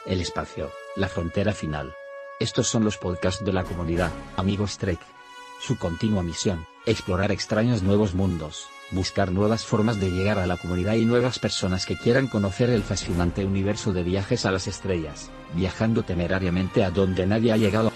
el espacio, la frontera final. Estos son los podcasts de la comunidad, Amigos Trek. Su continua misión, explorar extraños nuevos mundos, buscar nuevas formas de llegar a la comunidad y nuevas personas que quieran conocer el fascinante universo de viajes a las estrellas, viajando temerariamente a donde nadie ha llegado.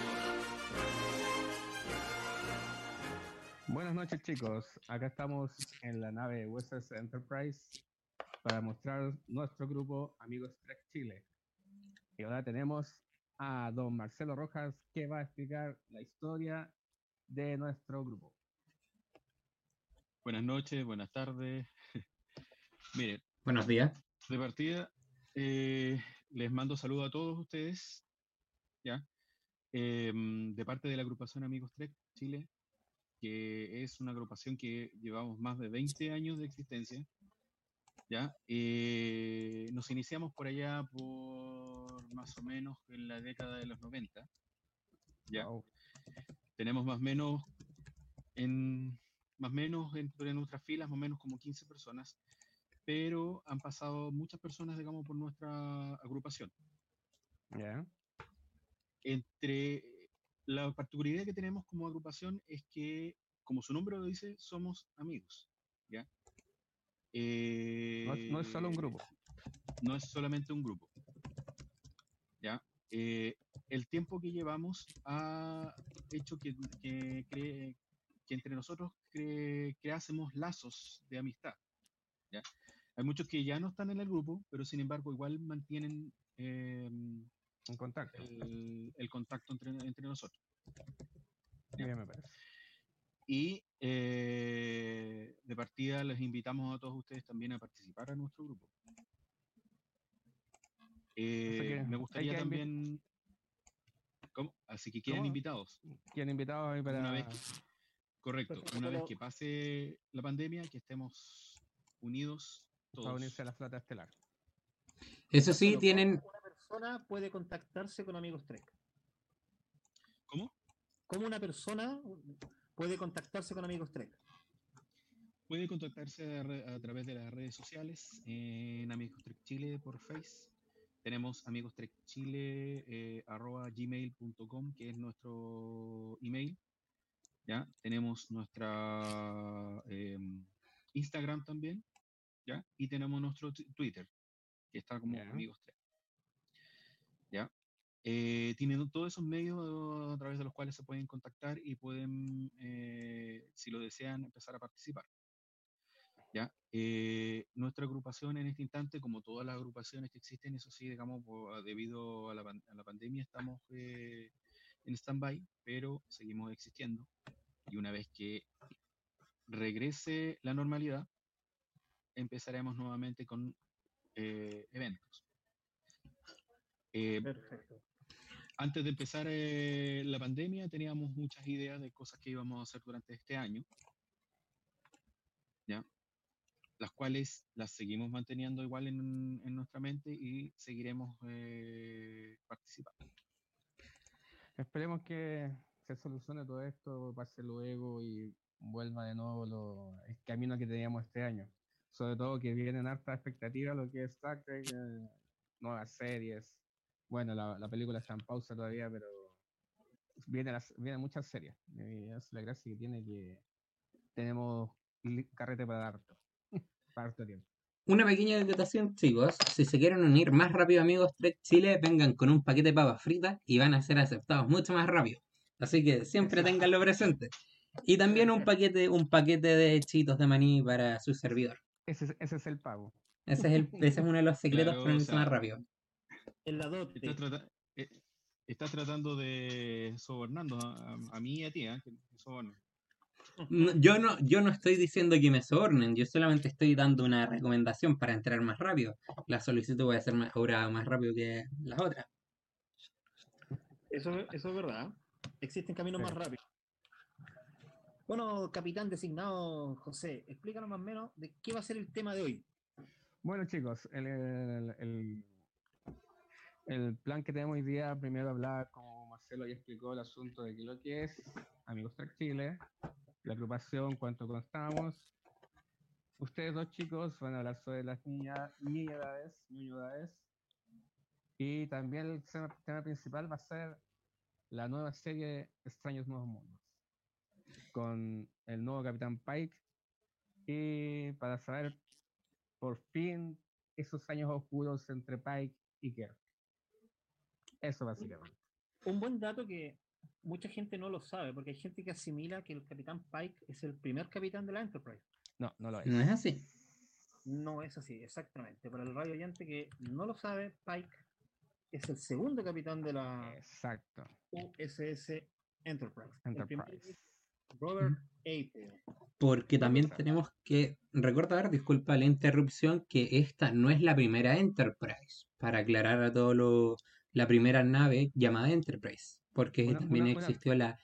Buenas noches, chicos, acá estamos en la nave USS Enterprise para mostrar nuestro grupo Amigos Trek Chile. Y ahora tenemos a don Marcelo Rojas, que va a explicar la historia de nuestro grupo. Buenas noches, buenas tardes. Miren, Buenos días. de partida, les mando saludos a todos ustedes, ¿ya? De parte de la agrupación Amigos Trek Chile, que es una agrupación que llevamos más de 20 años de existencia, ¿ya? Nos iniciamos por allá por más o menos en la década de los 90, ¿ya? Wow. Tenemos más o menos entre nuestras filas, más o menos como 15 personas, pero han pasado muchas personas, digamos, por nuestra agrupación. ¿Ya? Entre la particularidad que tenemos como agrupación es que, como su nombre lo dice, somos amigos, ¿ya? No es solo un grupo. No es solamente un grupo, ¿ya? El tiempo que llevamos ha hecho que entre nosotros creásemos lazos de amistad, ¿ya? Hay muchos que ya no están en el grupo, pero sin embargo igual mantienen Un contacto. el contacto entre nosotros. Muy bien, me parece. Y de partida les invitamos a todos ustedes también a participar a nuestro grupo. Me gustaría también... ¿Cómo? Así que queden invitados. ¿Quieren invitados ahí para...? Correcto. Una vez que pase la pandemia, que estemos unidos todos. Para unirse a la flota estelar. Eso sí, tienen... ¿Cómo una persona puede contactarse con Amigos Trek? ¿Cómo? ¿Cómo una persona puede contactarse con Amigos Trek? Puede contactarse a través de las redes sociales, en Amigos Trek Chile por Face. Tenemos amigostrekchile @gmail.com, que es nuestro email. ¿Ya? Tenemos nuestra Instagram también, ¿ya? Y tenemos nuestro Twitter, que está como Amigos Trek. ¿Ya? Tienen todos esos medios a través de los cuales se pueden contactar y pueden, si lo desean, empezar a participar. ¿Ya? Nuestra agrupación en este instante, como todas las agrupaciones que existen, eso sí, digamos, debido a la pandemia, estamos en stand-by, pero seguimos existiendo. Y una vez que regrese la normalidad, empezaremos nuevamente con eventos. Perfecto. Antes de empezar la pandemia, teníamos muchas ideas de cosas que íbamos a hacer durante este año, ¿ya? Las cuales las seguimos manteniendo igual en nuestra mente y seguiremos participando. Esperemos que se solucione todo esto, pase luego y vuelva de nuevo el camino que teníamos este año. Sobre todo que vienen hartas expectativas lo que es Star Trek, nuevas series. Bueno, la película está en pausa todavía, pero vienen muchas series. Y es la gracia que tiene, que tenemos carrete para harto tiempo. Una pequeña acotación, chicos. Si se quieren unir más rápido, Amigos Trek Chile, vengan con un paquete de papas fritas y van a ser aceptados mucho más rápido. Así que siempre tenganlo presente. Y también un paquete de chitos de maní para su servidor. Ese es el pago. Ese es uno de los secretos, Claro, para unirse más rápido. En la dote. Estás tratando de sobornando a mí y a ti, que sobornen. Yo no estoy diciendo que me sobornen, yo solamente estoy dando una recomendación para entrar más rápido. La solicitud puede ser ahora más rápido que las otras. Eso es verdad. Existen caminos más rápidos. Bueno, capitán designado José, explícanos más o menos de qué va a ser el tema de hoy. Bueno, chicos, el plan que tenemos hoy día, primero hablar, como Marcelo ya explicó, el asunto de lo que es Amigos Trek Chile, la agrupación, cuánto constamos. Ustedes dos chicos van a hablar sobre las niñedades, Y también el tema principal va a ser la nueva serie Extraños Nuevos Mundos, con el nuevo Capitán Pike, y para saber por fin esos años oscuros entre Pike y Kirk. Eso básicamente. Un buen dato que mucha gente no lo sabe, porque hay gente que asimila que el Capitán Pike es el primer capitán de la Enterprise. No, no lo es. No es así. No es así, exactamente. Para el radio oyente que no lo sabe, Pike es el segundo capitán de la Exacto. USS Enterprise. El primero Enterprise. es Robert April. Porque Me también gusta. tenemos que recordar, disculpa la interrupción, que esta no es la primera Enterprise. Para aclarar a todos la primera nave llamada Enterprise. Porque también existió la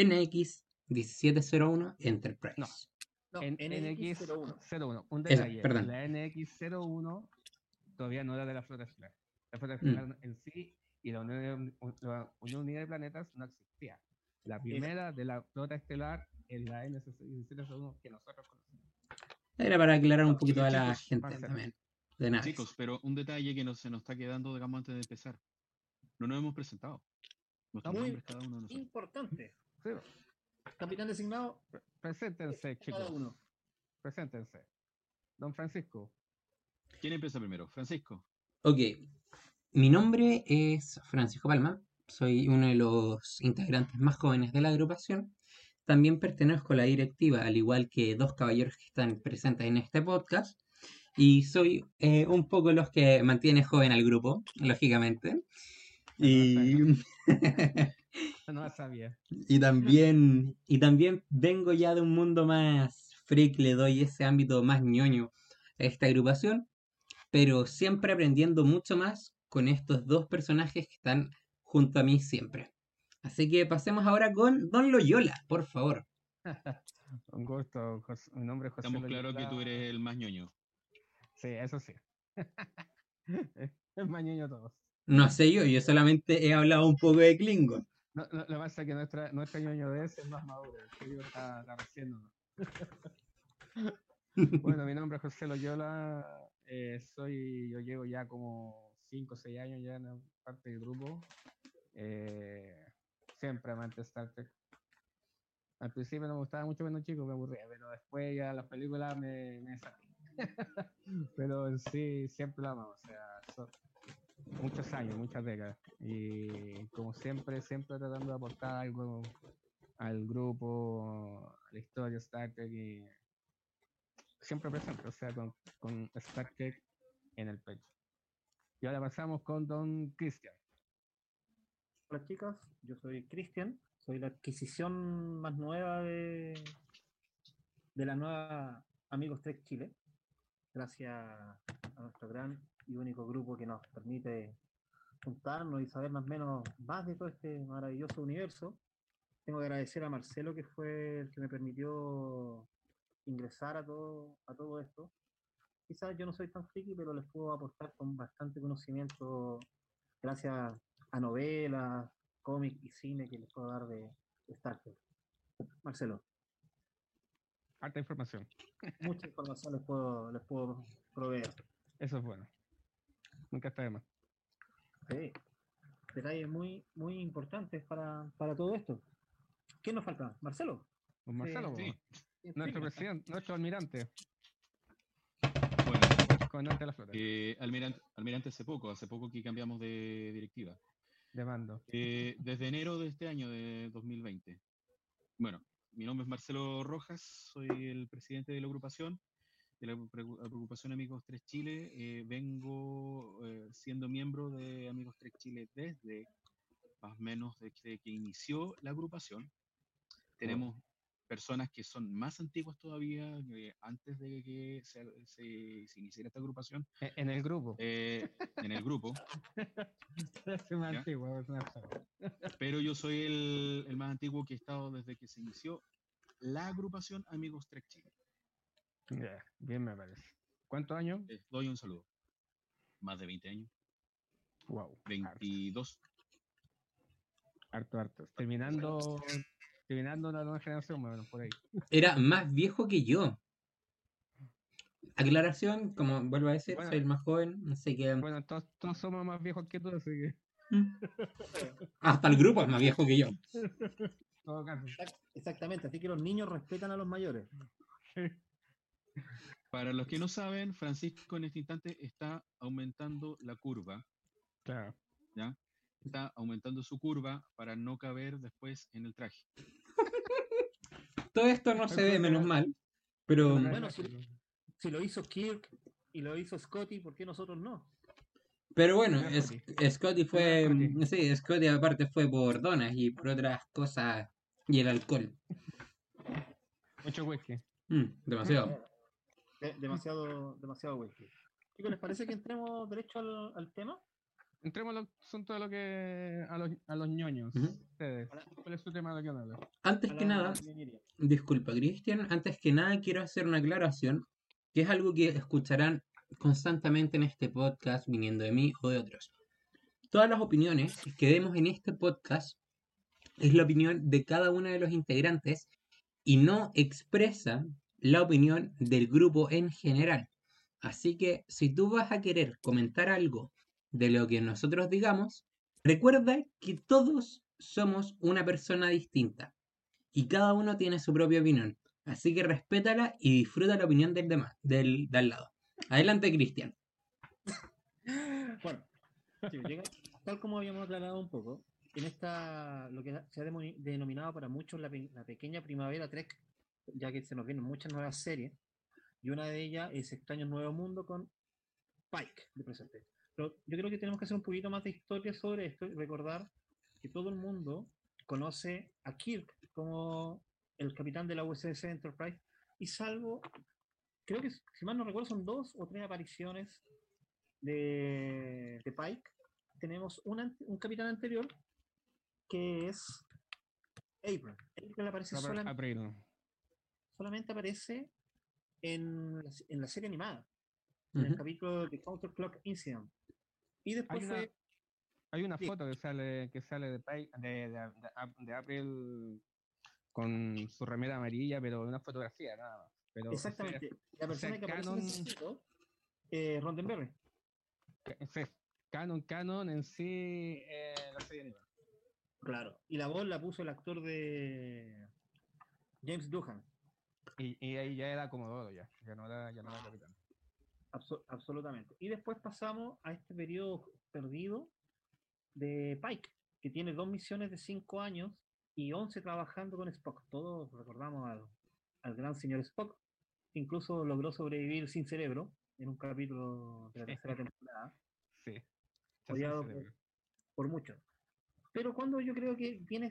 NX-1701 Enterprise. No. No, NX01. NX01. Un Esa, detalle. perdón. La NX01 todavía no era de la flota estelar. La flota estelar en sí y la Unión Unida de Planetas no existía. La primera de la flota estelar es la NX-1701 que nosotros conocemos. Era para aclarar un Oye, poquito a la chicos, gente pasa. también. De nada. Chicos, pero un detalle que se nos está quedando, digamos, antes de empezar. No nos hemos presentado. Nuestros Muy nombres cada uno de nosotros. importante. Sí, Capitán designado, preséntense, cada chicos. uno. Preséntense. Don Francisco. ¿Quién empieza primero? Francisco. Ok. Mi nombre es Francisco Palma. Soy uno de los integrantes más jóvenes de la agrupación. También pertenezco a la directiva, al igual que dos caballeros que están presentes en este podcast. Y soy un poco los que mantiene joven al grupo, lógicamente. Y, No la sabía. y también vengo ya de un mundo más freak, le doy ese ámbito más ñoño a esta agrupación, pero siempre aprendiendo mucho más con estos dos personajes que están junto a mí siempre. Así que pasemos ahora con Don Loyola, por favor. Un gusto. Mi nombre es José Estamos claros Loyola. que tú eres el más ñoño. Sí, eso sí. Es más ñoño todos. No sé yo solamente he hablado un poco de Klingon. No, lo que pasa es que nuestra ñoñodez es más madura. El tuyo está recién. Bueno, mi nombre es José Loyola. Yo llevo ya como 5 o 6 años ya en parte del grupo. Siempre amante de Star Trek. Al principio no me gustaba mucho cuando chico, me aburría, pero después ya las películas me saqué. Pero en sí, siempre la amamos. O sea, son muchos años, muchas décadas. Y como siempre tratando de aportar algo al grupo, a la historia de Star Trek, y siempre presente, o sea, con Star Trek en el pecho. Y ahora pasamos con Don Cristian. Hola chicas, yo soy Cristian, soy la adquisición más nueva de la nueva Amigos Trek Chile, gracias a nuestro gran y único grupo que nos permite juntarnos y saber más o menos más de todo este maravilloso universo. Tengo que agradecer a Marcelo, que fue el que me permitió ingresar a todo esto. Quizás yo no soy tan friki, pero les puedo aportar con bastante conocimiento gracias a novelas, cómics y cine que les puedo dar de Star Trek. Marcelo, Harta información. mucha información les puedo proveer. Eso es bueno. Nunca está de más. Sí. Detalles muy, muy importantes para todo esto. ¿Quién nos falta? ¿Marcelo? Don Marcelo, Sí. nuestro presidente, nuestro almirante, Bueno, comandante de la flota, almirante hace poco que cambiamos de directiva. de mando. Desde enero de este año, de 2020. Bueno, mi nombre es Marcelo Rojas, soy el presidente de la agrupación Amigos Trek Chile. Vengo siendo miembro de Amigos Trek Chile desde más o menos desde que inició la agrupación. Tenemos personas que son más antiguas todavía, antes de que se iniciara esta agrupación. En el grupo. En el grupo. Es más antiguo, es más antiguo. Pero yo soy el más antiguo que he estado desde que se inició la agrupación Amigos Trek Chile. Bien me parece. ¿Cuántos años? Les doy un saludo. Más de 20 años. Wow. 22. Harto. Terminando la nueva generación, bueno, por ahí. Era más viejo que yo. aclaración, como vuelvo a decir, Bueno. soy el más joven, así que Bueno, todos somos más viejos que tú, así que. hasta el grupo es más viejo que yo. En todo caso. Exactamente, así que los niños respetan a los mayores. Para los que no saben, Francisco en este instante está aumentando la curva, Claro. ¿ya? Está aumentando su curva para no caber después en el traje. Todo esto no se ve, menos mal, pero Bueno, si lo hizo Kirk y lo hizo Scotty, ¿por qué nosotros no? bueno, Primero Scotty fue, sí, Scotty aparte fue por donas y por otras cosas y el alcohol. Mucho whisky. Demasiado. Demasiado whisky. Chicos, ¿les parece que entremos derecho al tema? Entremos al asunto de lo que. A los ñoños. Ujú. Ustedes. ¿Cuál es su tema de lo que van a hablar? Antes A que la nada, ñoñería. disculpa, Cristian, antes que nada quiero hacer una aclaración, que es algo que escucharán constantemente en este podcast, viniendo de mí o de otros. Todas las opiniones que demos en este podcast es la opinión de cada uno de los integrantes y no expresa la opinión del grupo en general. Así que si tú vas a querer comentar algo de lo que nosotros digamos, recuerda que todos somos una persona distinta y cada uno tiene su propia opinión. Así que respétala y disfruta la opinión del demás, del de al lado. Adelante, Cristian. Bueno, tal como habíamos aclarado un poco, en esta, lo que se ha denominado para muchos la pequeña primavera Trek, ya que se nos vienen muchas nuevas series, y una de ellas es Extraños Nuevo Mundo con Pike de presente. Pero yo creo que tenemos que hacer un poquito más de historia sobre esto y recordar que todo el mundo conoce a Kirk como el capitán de la USS Enterprise, y salvo, creo que si mal no recuerdo son 2 o 3 apariciones de Pike, tenemos un capitán anterior que es April. April aparece solamente aparece en la serie animada, en el capítulo de Counter Clock Incident. Y después Hay una foto que sale de Pike, de April con su remera amarilla, pero una fotografía nada más. Pero, exactamente. La persona que aparece en ese foto es Roddenberry. Canon en sí, la serie animada. Claro. Y la voz la puso el actor de James Doohan. Y ahí ya era Comodoro, ya no era capitán. Absolutamente. Y después pasamos a este periodo perdido de Pike, que tiene 2 misiones de 5 años y 11 trabajando con Spock. Todos recordamos al gran señor Spock, que incluso logró sobrevivir sin cerebro en un capítulo de la tercera temporada. Sí. Odiado por muchos. Pero cuando yo creo que viene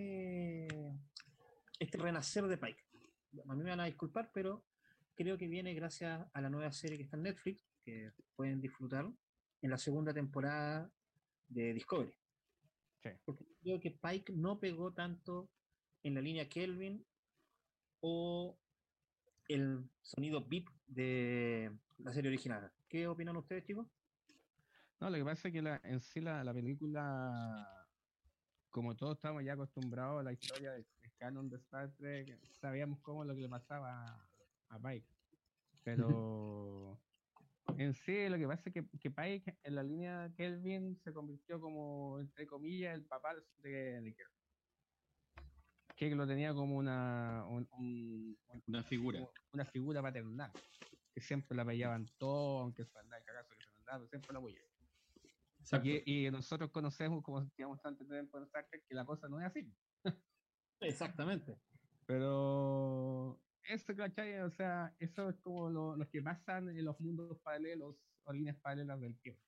este renacer de Pike, a mí me van a disculpar, pero creo que viene gracias a la nueva serie que está en Netflix, que pueden disfrutar en la segunda temporada de Discovery. Sí. Porque creo que Pike no pegó tanto en la línea Kelvin o el sonido beep de la serie original. ¿Qué opinan ustedes, chicos? No, lo que pasa es que en sí la película, como todos estamos ya acostumbrados a la historia del canon de Star Trek, sabíamos cómo es lo que le pasaba a Pike. Pero en sí lo que pasa es que Pike en la línea Kelvin se convirtió como, entre comillas, el papá de Kirk. Que lo tenía como una figura paternal, que siempre la apoyaban todo, aunque se mandaba el cagazo que se mandaba, siempre la apoyaban. Y nosotros conocemos, como decíamos antes de Star Trek, que la cosa no es así. Exactamente. Pero eso, ¿cachai? O sea, eso es como lo que pasan en los mundos paralelos o líneas paralelas del tiempo.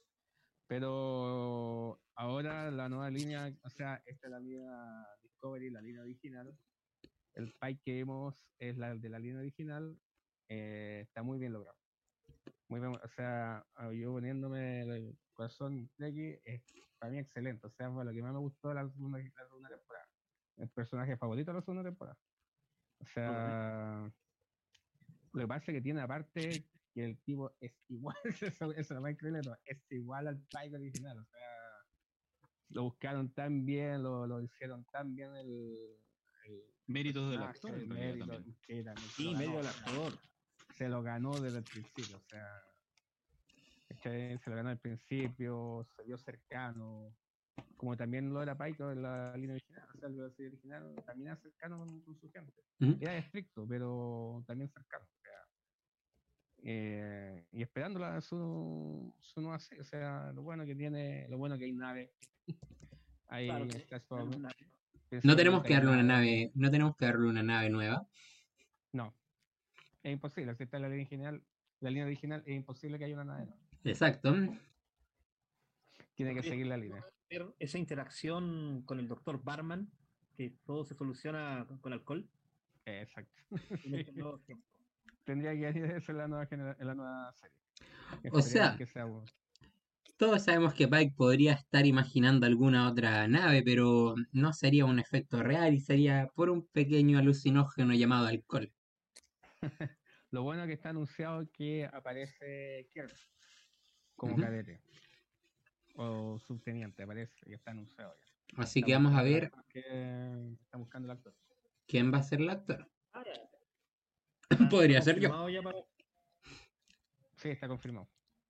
Pero ahora la nueva línea, o sea, esta es la línea Discovery, la línea original. El Pike que vemos es la de la línea original. Está muy bien logrado. Muy bien, o sea, yo poniéndome el corazón de aquí, es para mí excelente. O sea, fue lo que más me gustó de la segunda temporada. El personaje favorito de la segunda temporada. O sea, lo que pasa es que tiene aparte que el tipo es igual, eso es lo más increíble, no, es igual al Pike original. O sea, lo buscaron tan bien, lo hicieron tan bien el méritos del actor, en realidad, Sí, medio del actor. se lo ganó desde el principio, o sea, ¿cachai? Se lo ganó al principio, se vio cercano, como también lo era Paito en la línea original, o sea, la serie original también era cercano con su gente. Ujú. Era estricto, pero también cercano. O sea, y esperándola su nueva serie, o sea, lo bueno que tiene, lo bueno que hay naves, Claro hay que Transformers, No tenemos principalmente que hay darle una naves. nave, no tenemos que darle una nave nueva. No, es imposible, si está en la línea original, es imposible que haya una nave nueva. Exacto. Tiene que Oye, seguir la línea. ver esa interacción con el doctor Barman, que todo se soluciona con alcohol, Exacto. en Sí. este nuevo tiempo. Tendría que ir eso en la nueva en la nueva serie. O Esperemos sea, que sea bueno. todos sabemos que Pike podría estar imaginando alguna otra nave, pero no sería un efecto real y sería por un pequeño alucinógeno llamado alcohol. Lo bueno que está anunciado que aparece Kirk como Ujú. cadete o subteniente, aparece, ya está anunciado ya. Así Están que vamos a buscando el ver actor que están buscando el actor. quién va a ser el actor. Ah, ya. Está Podría ser yo. confirmado ya para. Sí, está confirmado.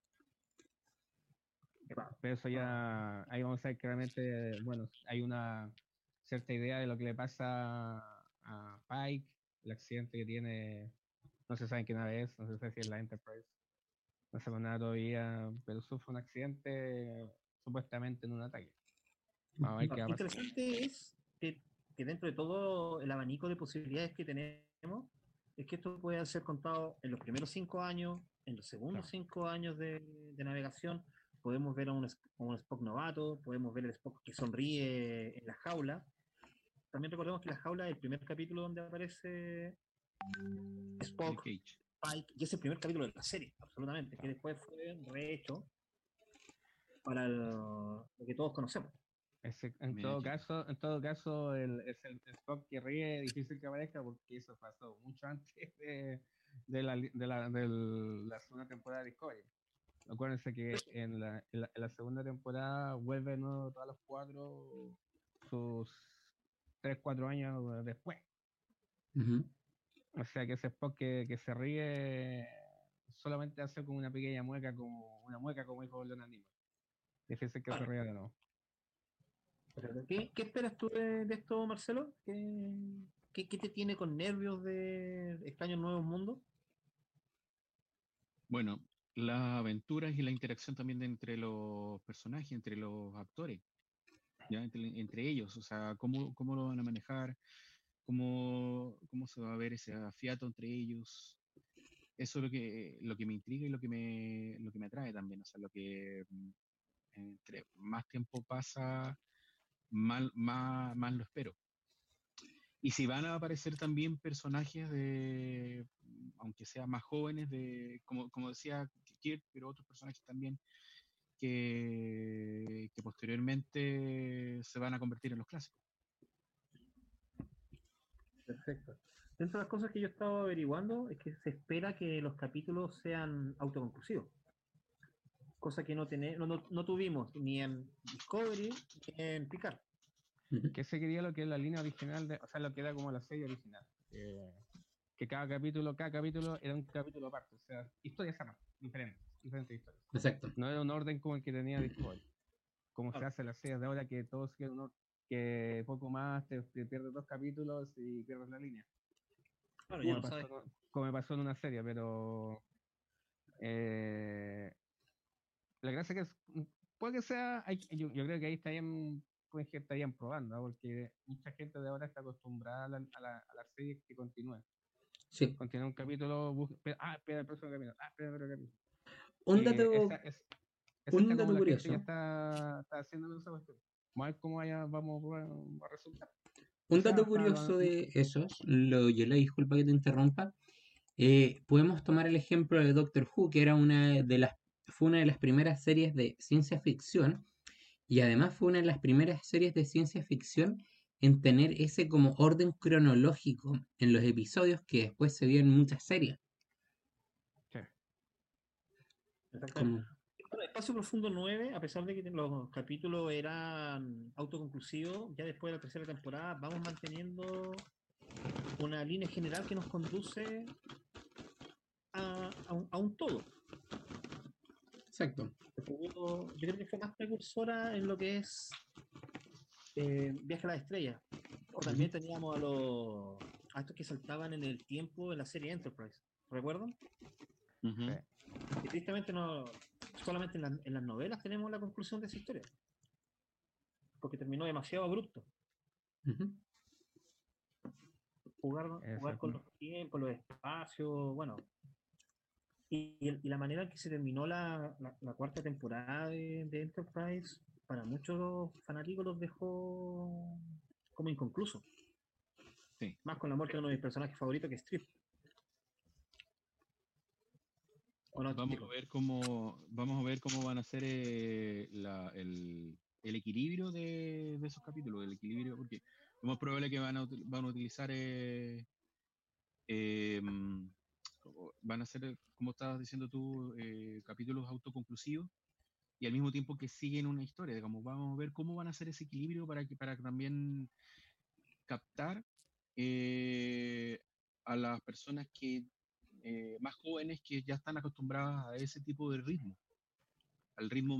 Epa. Pero eso ya, ahí vamos a ver claramente, bueno, hay una cierta idea de lo que le pasa a Pike, el accidente que tiene, no se sabe qué nave es, no se sabe si es la Enterprise, no sabemos nada todavía, pero sufre un accidente supuestamente en un ataque. Vamos a ver qué va a pasar. Interesante es que dentro de todo el abanico de posibilidades que tenemos, es que esto puede ser contado en los primeros 5 años, en los segundos Claro. 5 años de navegación. Podemos ver a un Spock novato, podemos ver el Spock que sonríe en la jaula. También recordemos que la jaula es el primer capítulo donde aparece Nick Spock, Cage. Pike, y es el primer capítulo de la serie, absolutamente, que después fue rehecho para lo que todos conocemos. En Mira aquí. en todo caso, es el Spock que ríe, difícil que aparezca porque eso pasó mucho antes de la segunda temporada de Discovery. Acuérdense que en la segunda temporada vuelven, ¿no?, todos los cuatro, sus 3, 4 años después. Ujú. O sea que ese Spock que se ríe solamente hace como una pequeña mueca como dijo Leonard Nimoy. Difícil que se ría de nuevo. ¿Qué esperas tú de esto, Marcelo? ¿Qué te tiene con nervios de Extraños Nuevos Mundos? Bueno, las aventuras y la interacción también entre los personajes, entre los actores, ya entre ellos, o sea, cómo lo van a manejar, cómo se va a ver ese afiato entre ellos. Eso es lo que me intriga y lo que me atrae también, o sea, lo que entre más tiempo pasa, más lo espero. Y si van a aparecer también personajes aunque sean más jóvenes, como decía Kirk, pero otros personajes también que posteriormente se van a convertir en los clásicos. Perfecto. Dentro de las cosas que yo he estado averiguando es que se espera que los capítulos sean autoconclusivos, cosa que no tuvimos ni en Discovery ni en Picard. Ujú. Que seguiría lo que es la línea original, o sea, lo que era como la serie original. Que cada capítulo era un capítulo aparte, o sea, historias aparte, diferentes historias. Exacto. No era un orden como el que tenía Discovery, como se Claro. hace en las series de ahora, que todos quieren que poco más te pierdes 2 capítulos y pierdes la línea. Claro, Como ya me no sabes. pasó, como me pasó en una serie, pero la gracia que puede que sea, yo creo que ahí pues que estarían probando, ¿no? Porque mucha gente de ahora está acostumbrada a la serie que continúa. Sí. Continúa un capítulo, espera el próximo capítulo, espera el otro capítulo. Un Y dato, esa un está como dato la gente ya curioso. está haciendo esa cuestión. Vamos a ver cómo va a resultar. Un O sea, dato curioso de esos, yo le disculpa que te interrumpa. Podemos tomar el ejemplo de Doctor Who, que era fue una de las primeras series de ciencia ficción, y además fue una de las primeras series de ciencia ficción en tener ese como orden cronológico en los episodios que después se vio en muchas series. sí. Exactamente. Como, Bueno, Espacio Profundo 9, a pesar de que los capítulos eran autoconclusivos, ya después de la tercera temporada vamos manteniendo una línea general que nos conduce a un todo. Exacto. Yo creo que fue más precursora en lo que es Viaje a las Estrellas. O también teníamos a estos que saltaban en el tiempo en la serie Enterprise. ¿Recuerdan? Ujú. Y tristemente no, solamente en las novelas tenemos la conclusión de esa historia. Porque terminó demasiado abrupto. Ujú. Jugar con los tiempos, los espacios, bueno. Y la manera en que se terminó la cuarta temporada de Enterprise, para muchos fanáticos los dejó como inconcluso. Sí. Más con la muerte de uno de mis personajes favoritos, que es Trip. ¿O no, Vamos chicos? a ver cómo van a ser el equilibrio de esos capítulos, el equilibrio, porque lo más probable es que van a utilizar van a ser, como estabas diciendo tú, capítulos autoconclusivos y al mismo tiempo que siguen una historia. Digamos, vamos a ver cómo van a hacer ese equilibrio para también captar eh, a las personas que más jóvenes que ya están acostumbradas a ese tipo de ritmo, al ritmo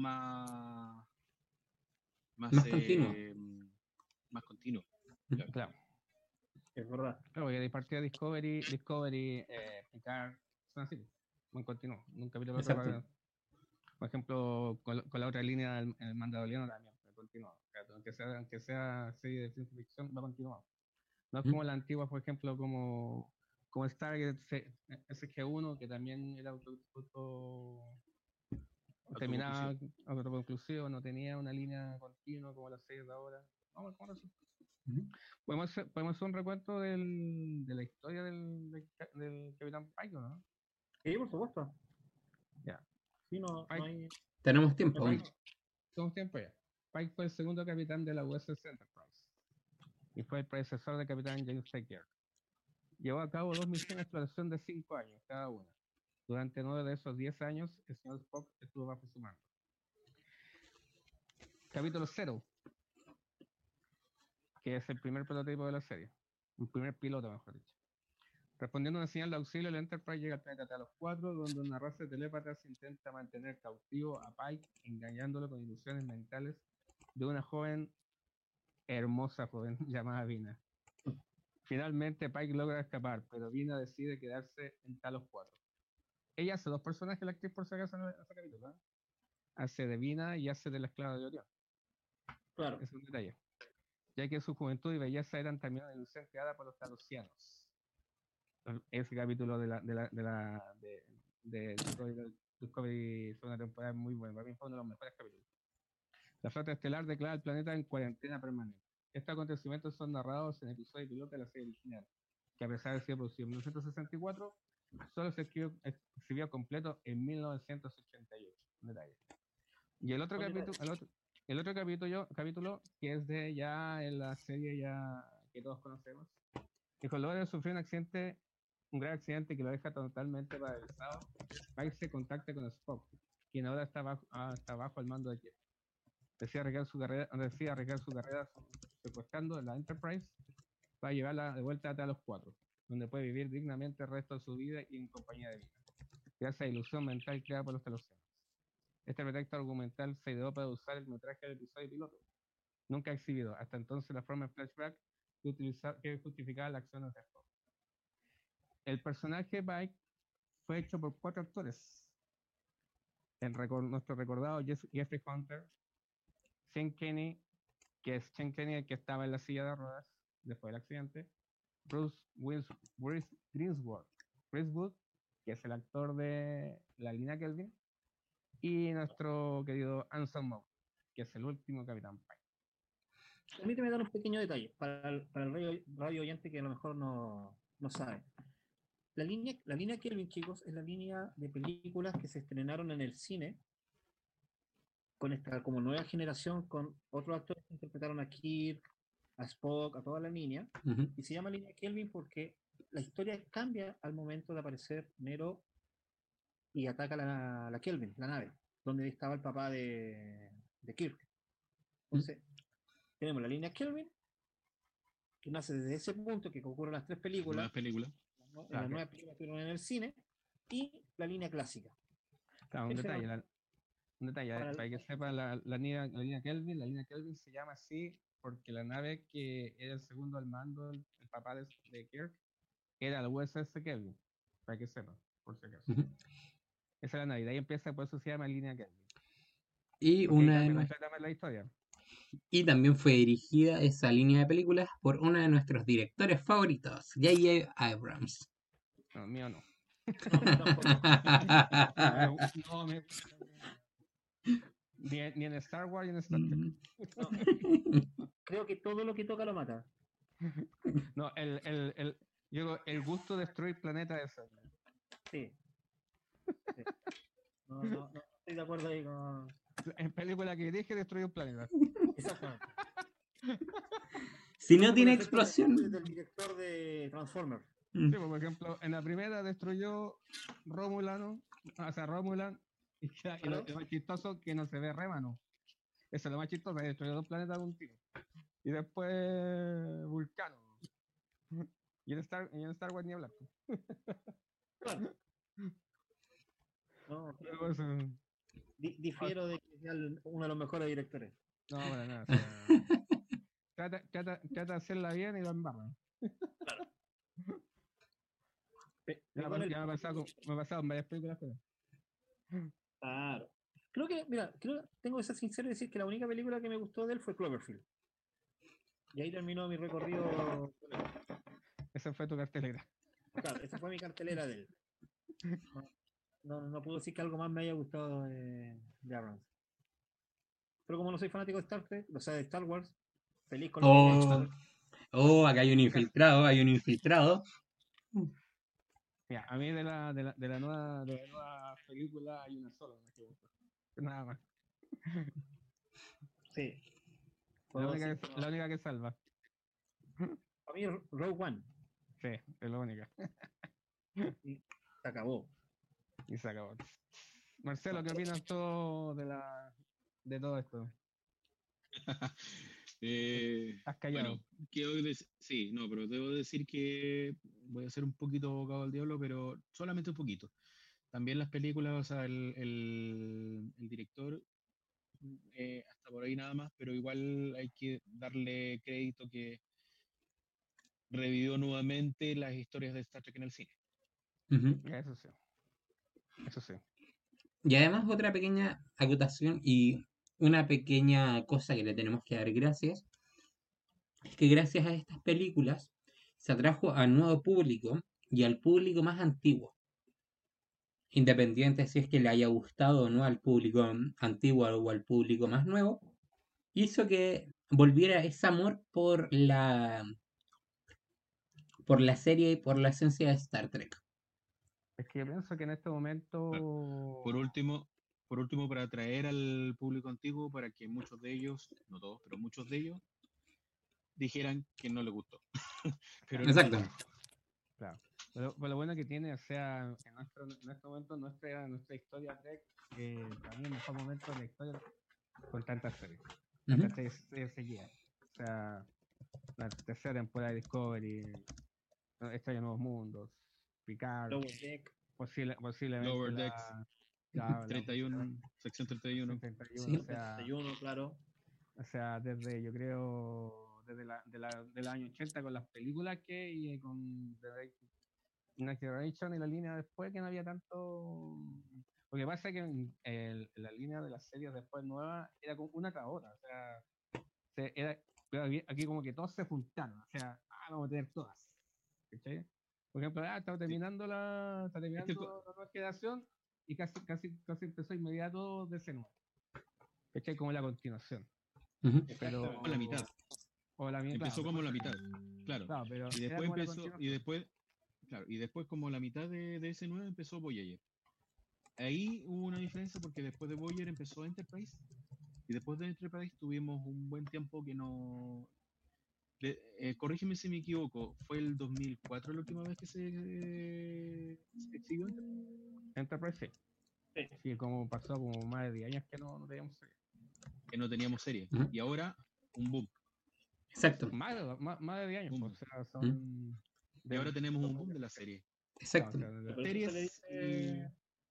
Más continuo. más continuo. Claro. Claro. Es verdad. Claro, porque de partida Discovery, Picard, son así. Muy continuo. Un capítulo otro Exacto. por ejemplo, con la otra línea el Mandaloriano también, continúa. Aunque sea serie de ciencia ficción, va a continuar. No es como la antigua, por ejemplo, como Stargate SG-1, que también era terminaba autoconclusivo, no tenía una línea continua como las series de ahora. Vamos a ver cómo resulta. Podemos hacer un recuento de la historia del Capitán Pike, ¿no? Sí, por supuesto. Ya. Sí, no Pike, hay. Tenemos tiempo aún. Pike, todo un tiempo ya. Pike fue el segundo capitán de la USS Enterprise y fue el predecesor del capitán James T. Kirk. Llevó a cabo 2 misiones de exploración de 5 años cada una. Durante 9 de esos 10 años, el señor Spock estuvo bajo su mando. Capítulo 0, que es el primer prototipo de la serie. Un primer piloto, mejor dicho. Respondiendo a una señal de auxilio, el Enterprise llega al planeta Talos 4, donde una raza de telépatas intenta mantener cautivo a Pike, engañándolo con ilusiones mentales de una hermosa joven llamada Vina. Finalmente, Pike logra escapar, pero Vina decide quedarse en Talos 4. Ella hace 2 personajes, la actriz por si acaso en ese capítulo, ¿eh? Hace de Vina y hace de la esclava de Orión. Claro. Es un detalle. Ya que su juventud y belleza eran también una ilusión creada por los talosianos. Ese capítulo de Discovery segunda temporada es muy bueno. Para mí fue uno de los mejores capítulos. La flota estelar declara el planeta en cuarentena permanente. Estos acontecimientos son narrados en el episodio piloto de la serie original, que a pesar de ser producido en 1964, solo se exhibió completo en 1988. Detalle. Y el otro capítulo, que es de ya en la serie ya que todos conocemos, que con luego de sufrir un gran accidente que lo deja totalmente paralizado, Pike se contacta con Spock, quien ahora está bajo el mando de Kirk. Decide arriesgar su carrera secuestrando la Enterprise para llevarla de vuelta a los 4, donde puede vivir dignamente el resto de su vida y en compañía de vida, gracias a la ilusión mental creada por los talosianos. Este pretexto argumental se ideó para usar el metraje del episodio piloto, nunca exhibido hasta entonces la forma en flashback que justificaba la acción de Spock. El personaje Pike fue hecho por 4 actores. Nuestro recordado Jeffrey Hunter, Sean Kenny, que es Sean Kenny el que estaba en la silla de ruedas después del accidente, Bruce Greenswood, que es el actor de la línea Kelvin, y nuestro querido Anson Mount, que es el último Capitán Pike. Permíteme dar un pequeño detalle para el radio oyente que a lo mejor no sabe. La línea Kelvin, chicos, es la línea de películas que se estrenaron en el cine con esta como nueva generación, con otros actores que interpretaron a Kirk, a Spock, a toda la línea, y se llama línea Kelvin porque la historia cambia al momento de aparecer Nero y ataca la Kelvin, la nave, donde estaba el papá de Kirk. Entonces, tenemos la línea Kelvin, que nace desde ese punto, que ocurren las 3 películas, Nuevas películas. en las 9 películas que estuvieron en el cine, y la línea clásica. Claro, un Ese detalle, era para para que sepan, la línea Kelvin se llama así porque la nave que era el segundo al mando, el papá de Kirk, era el USS Kelvin, para que sepan, por si acaso. Ujú. Esa es la nave, y de ahí empieza, por eso se llama línea Kelvin, Y porque ahí una de cambia nues- completamente la historia. y también fue dirigida esa línea de películas por uno de nuestros directores favoritos, J.J. Abrams. No, mío no. No, mío tampoco. No, ni en Star Wars ni en Star Trek. Mm. No, creo que todo lo que toca lo mata. No, yo digo, el gusto de destruir planetas es eso. Sí. Sí. No estoy de acuerdo ahí con. En película que dirige, destruye un planeta. Exactamente. Si Pasa no por tiene efectos explosión. del director de Transformers. Mm. Sí, pues, por ejemplo, en la primera destruyó Romulano, o sea, Romulan, y lo más chistoso que no se ve Rémano. Eso es lo más chistoso, que destruyó 2 planetas de un tiro. Y después Vulcano. Y en Star Wars ni hablar. Claro. No, Pero eso, no, difiero de que sea uno de los mejores directores. para nada. O sea, trata de hacerla bien y lo embarran. Ya me ha pasado en varias películas. Pero... Claro. Tengo que ser sincero y decir que la única película que me gustó de él fue Cloverfield. Y ahí terminó mi recorrido. Esa fue tu cartelera. Claro, esa fue mi cartelera de él. No puedo decir que algo más me haya gustado de Abrams. Pero como no soy fanático de Star Trek, o sea, de Star Wars, feliz con lo que haya hecho. Acá hay un infiltrado. Mira, a mí de la nueva película hay una sola, no me equivoco. Nada más. Sí. La única que salva. Para mí, Rogue One. Sí, es la única. Y se acabó. Y se acabó. Marcelo, ¿qué opinas todo de todo esto? Estás callado. Bueno, sí, no, pero debo decir que voy a ser un poquito abogado al diablo, pero solamente un poquito. También las películas, o sea, el director, hasta por ahí nada más, pero igual hay que darle crédito que revivió nuevamente las historias de Star Trek en el cine. Ujú. Eso sí. Eso sí. Y además otra pequeña acotación y una pequeña cosa que le tenemos que dar gracias es que gracias a estas películas se atrajo al nuevo público y al público más antiguo. Independiente si es que le haya gustado o no al público antiguo o al público más nuevo, hizo que volviera ese amor por la serie y por la esencia de Star Trek. Es que yo pienso que en este Claro. momento. Por último, para atraer al público antiguo, para que muchos de ellos, no todos, pero muchos de ellos, dijeran que no les gustó. Pero no es Exacto. así. Claro. Pero lo bueno que tiene, o sea, en este momento nuestra historia Trek, para mí el mejor momento de la historia con tantas series. Ujú. Tantas series seguidas. O sea, la tercera temporada de Discovery, Estrella de Nuevos Mundos, Picard, Lower Deck. posiblemente Lower Decks, la 31, sección 31. 31, Sí. o 31, claro. sea, yo creo, del año 80 con las películas y con Next Generation y la línea después que no había tanto. Lo que pasa es que la línea de las series después nuevas era como una tras otra, o sea, pero aquí como que todos se juntaron, o sea, vamos a tener todas. ¿Cachai? Por ejemplo, está terminando la nueva generación y casi empezó inmediato de ese nuevo. ¿Cachai? Como la continuación. Ujú. Pero, O la mitad. o la mitad. Empezó como la mitad, claro. Claro, pero Y era después como la empezó, continuación. y después como la mitad de ese 9 empezó Voyager. Ahí hubo una diferencia porque después de Voyager empezó Enterprise y después de Enterprise tuvimos un buen tiempo que no... corrígeme si me equivoco, ¿fue el 2004 la última vez que se exhibió Enterprise? Enterprise, sí. Sí, como pasó como más de 10 años que no teníamos serie. Que no teníamos serie. Ujú. Y ahora, un boom. Exacto. Más de 10 años, Boom. o sea, son... Y ahora tenemos un boom de la serie. Exacto. Claro, o sea, Por eso se le Series dice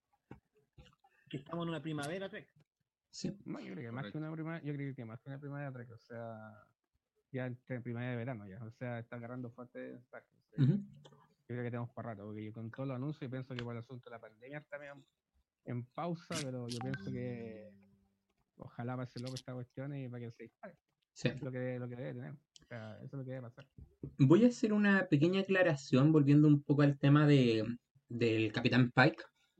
que estamos en una primavera, Trek. Sí. no, yo creo que más que Correcto. una primavera, yo creo que más que una primavera Trek, o sea, ya entre primavera y verano ya, o sea, está agarrando fuerte Star Trek, sí. Ujú. Yo creo que tenemos para rato, porque yo con todos los anuncios pienso que por el asunto de la pandemia está medio en pausa, pero yo pienso que ojalá pase loco esta cuestión y para que se dispare. Sí. Es lo que debe tener. O sea, eso es lo que debe pasar. Voy a hacer una pequeña aclaración volviendo un poco al tema del Capitán Pike.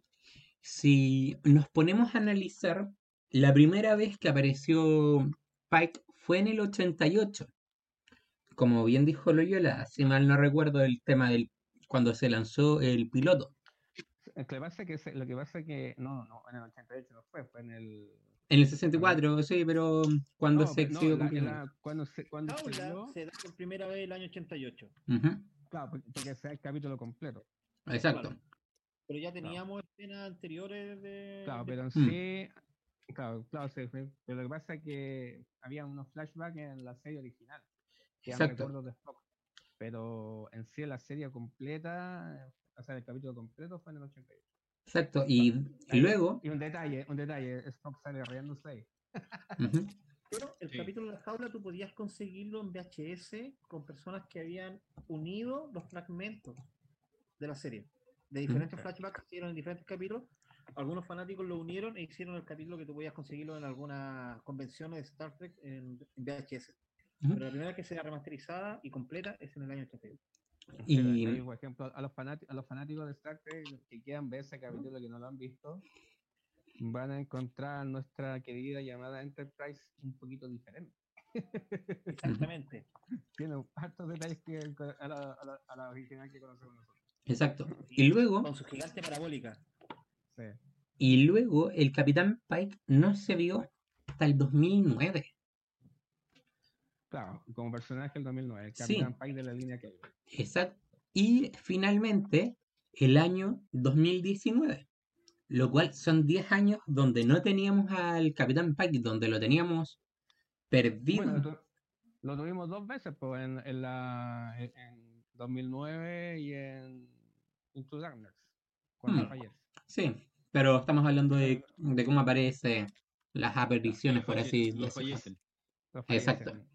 Si nos ponemos a analizar, la primera vez que apareció Pike fue en el 88. Como bien dijo Loyola, si mal no recuerdo el tema del cuando se lanzó el piloto. Lo que pasa es que, no, en el 88 no fue en el... En el 64, sí, pero cuando No, se no, exhibió completamente. cuando se Jaula vio, se da por primera vez el año 88. Ujú, claro, porque sea el capítulo completo. exacto. Claro. Pero ya teníamos escenas anteriores Claro, de pero en Mm. sí, claro, sí, pero lo que pasa es que había unos flashbacks en la serie original, que eran Exacto. recuerdos de Spock, pero en sí la serie completa, o sea, el capítulo completo fue en el 88. Exacto. Y Ahí- luego, Y un detalle, Spock sale riéndose ahí. ujú, Pero el Sí. capítulo de la jaula tú podías conseguirlo en VHS con personas que habían unido los fragmentos de la serie. De diferentes flashbacks que hicieron en diferentes capítulos. Algunos fanáticos lo unieron e hicieron el capítulo que tú podías conseguirlo en algunas convenciones de Star Trek en VHS. ujú. Pero la primera que sea remasterizada y completa es en el año 88. Y Ahí, por ejemplo, a los fanáticos de Star Trek que quieran ver ese capítulo que no lo han visto, van a encontrar nuestra querida llamada Enterprise un poquito diferente. Exactamente. Tiene hartos detalles que a la original que conocemos nosotros. exacto. Y luego, Con su gigante parabólica. Sí. el Capitán Pike no se vio hasta el 2009. Claro, como personaje del 2009, el Sí. Capitán Pike de la línea Kelvin. Exacto. Y finalmente, el año 2019. Lo cual son 10 años donde no teníamos al Capitán Pike, donde lo teníamos perdido. Bueno, lo tuvimos dos veces, pues, en 2009 y en Into Darkness, cuando fallece. Sí, pero estamos hablando de cómo aparece las apariciones, por así Los decirlo. fallecen. Los Exacto. fallecen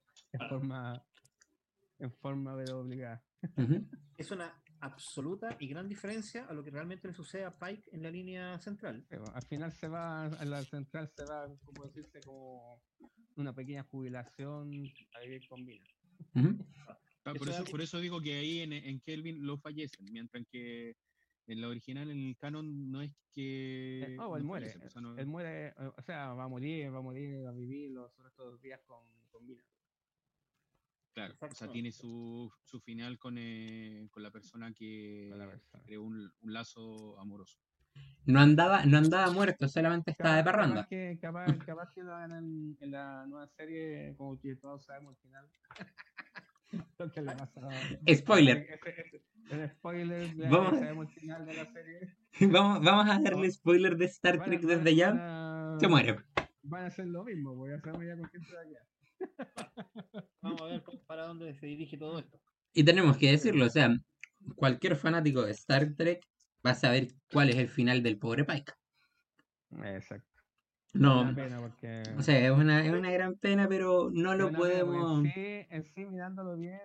en forma de obligada. Ujú. Es una absoluta y gran diferencia a lo que realmente le sucede a Pike en la línea central. Pero al final en la central se va, como decirse, como una pequeña jubilación a vivir con Mina. Ujú. Por eso digo que ahí en Kelvin lo fallecen, mientras que en la original, en el canon, no es que. Él no muere. fallece, o sea, no- Él muere, o sea, va a morir, a vivir los restos de los días con Mina. Claro, o sea, Exactamente. tiene su final con la persona que Con la persona. creó un lazo amoroso. No andaba muerto, solamente estaba de parranda. Capaz que lo hagan en la nueva serie, como que todos sabemos al final. Lo que le pasa Spoiler. el spoiler, ya Vamos. sabemos el final de la serie. Vamos a darle spoiler de Star Trek desde ya. Se muere. Van a hacer lo mismo, porque ya sabemos ya con quién se va a quedar. Vamos a ver para dónde se dirige todo esto. Y tenemos que decirlo, o sea, cualquier fanático de Star Trek va a saber cuál es el final del pobre Pike. Exacto. No, Una pena porque... o sea, es una gran pena, pero no es lo una pena, porque podemos. en sí, mirándolo bien,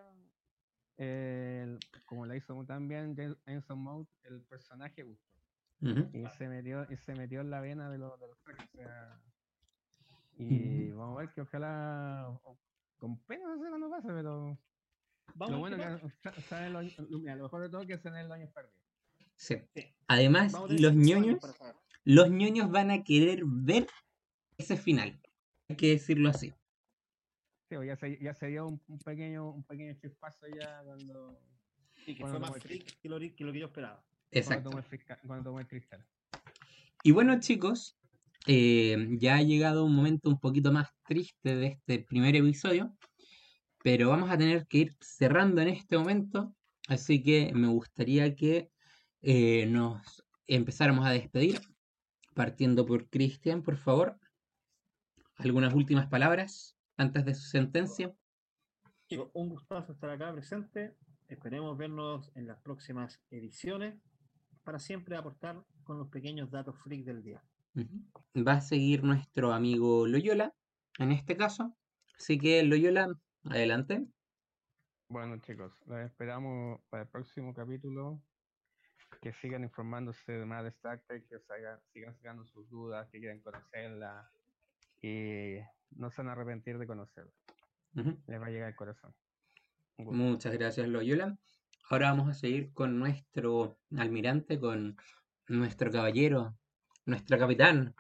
como la hizo tan bien Anson Mount, el personaje gustó. Ujú. Y se metió en la vena de los Trek, o sea, y vamos a ver que ojalá con pena no sé cuándo pase, pero Vamos lo a ver bueno qué pasa. que salen mira, lo mejor de todo es que se en los años perdidos. Sí. Sí. Además, Vamos a tener los 5 años ñoños, para saber. los ñoños van a querer ver ese final. Hay que decirlo así. Sí, pues ya se dio un pequeño chispazo ya cuando Sí, que Cuando fue tomó más el freak que lo que yo esperaba. Exacto. cuando tomó el cristal. Y bueno, chicos, ya ha llegado un momento un poquito más triste de este primer episodio, pero vamos a tener que ir cerrando en este momento, así que me gustaría que nos empezáramos a despedir, partiendo por Cristian, por favor. ¿Algunas últimas palabras antes de su sentencia? Chicos, un gustazo estar acá presente. Esperemos vernos en las próximas ediciones para siempre aportar con los pequeños datos freak del día. Va a seguir nuestro amigo Loyola, en este caso. Así que, Loyola, adelante. Bueno, chicos, los esperamos para el próximo capítulo. Que sigan informándose de más de Star Trek, que sigan sacando sus dudas, que quieran conocerla y no se van a arrepentir de conocerla. Ujú. Les va a llegar al corazón. Un gusto. Muchas gracias, Loyola. Ahora vamos a seguir con nuestro almirante, con nuestro caballero, nuestro capitán,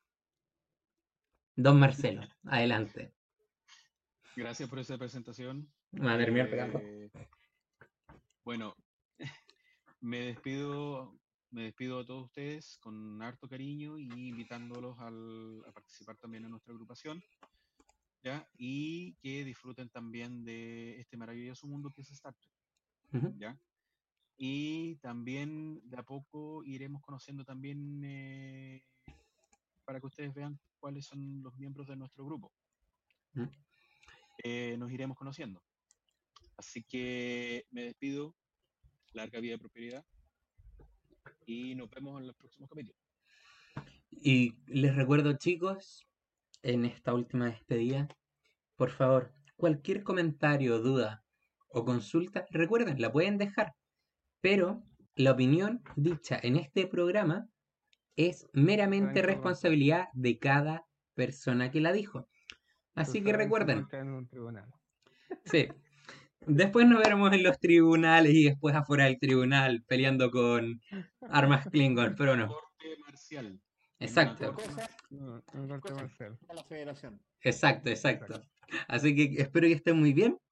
Don Marcelo. Adelante. Gracias por esa presentación. Va a terminar pegando. Bueno, me despido a todos ustedes con harto cariño y invitándolos a participar también en nuestra agrupación, ¿ya? Y que disfruten también de este maravilloso mundo que es Star Trek, Ujú. ¿ya? Y también de a poco iremos conociendo también para que ustedes vean cuáles son los miembros de nuestro grupo. Ujú. Nos iremos conociendo. Así que me despido, larga vida y prosperidad, y nos vemos en los próximos capítulos. Y les recuerdo, chicos, en esta última despedida, por favor, cualquier comentario, duda o consulta, recuerden, la pueden dejar, pero la opinión dicha en este programa es meramente responsabilidad de cada persona que la dijo. Así que recuerden, En un tribunal. sí, después nos veremos en los tribunales y después afuera del tribunal peleando con armas Klingon, pero no. Corte marcial. Exacto, Un corte marcial. A la federación. exacto. Así que espero que estén muy bien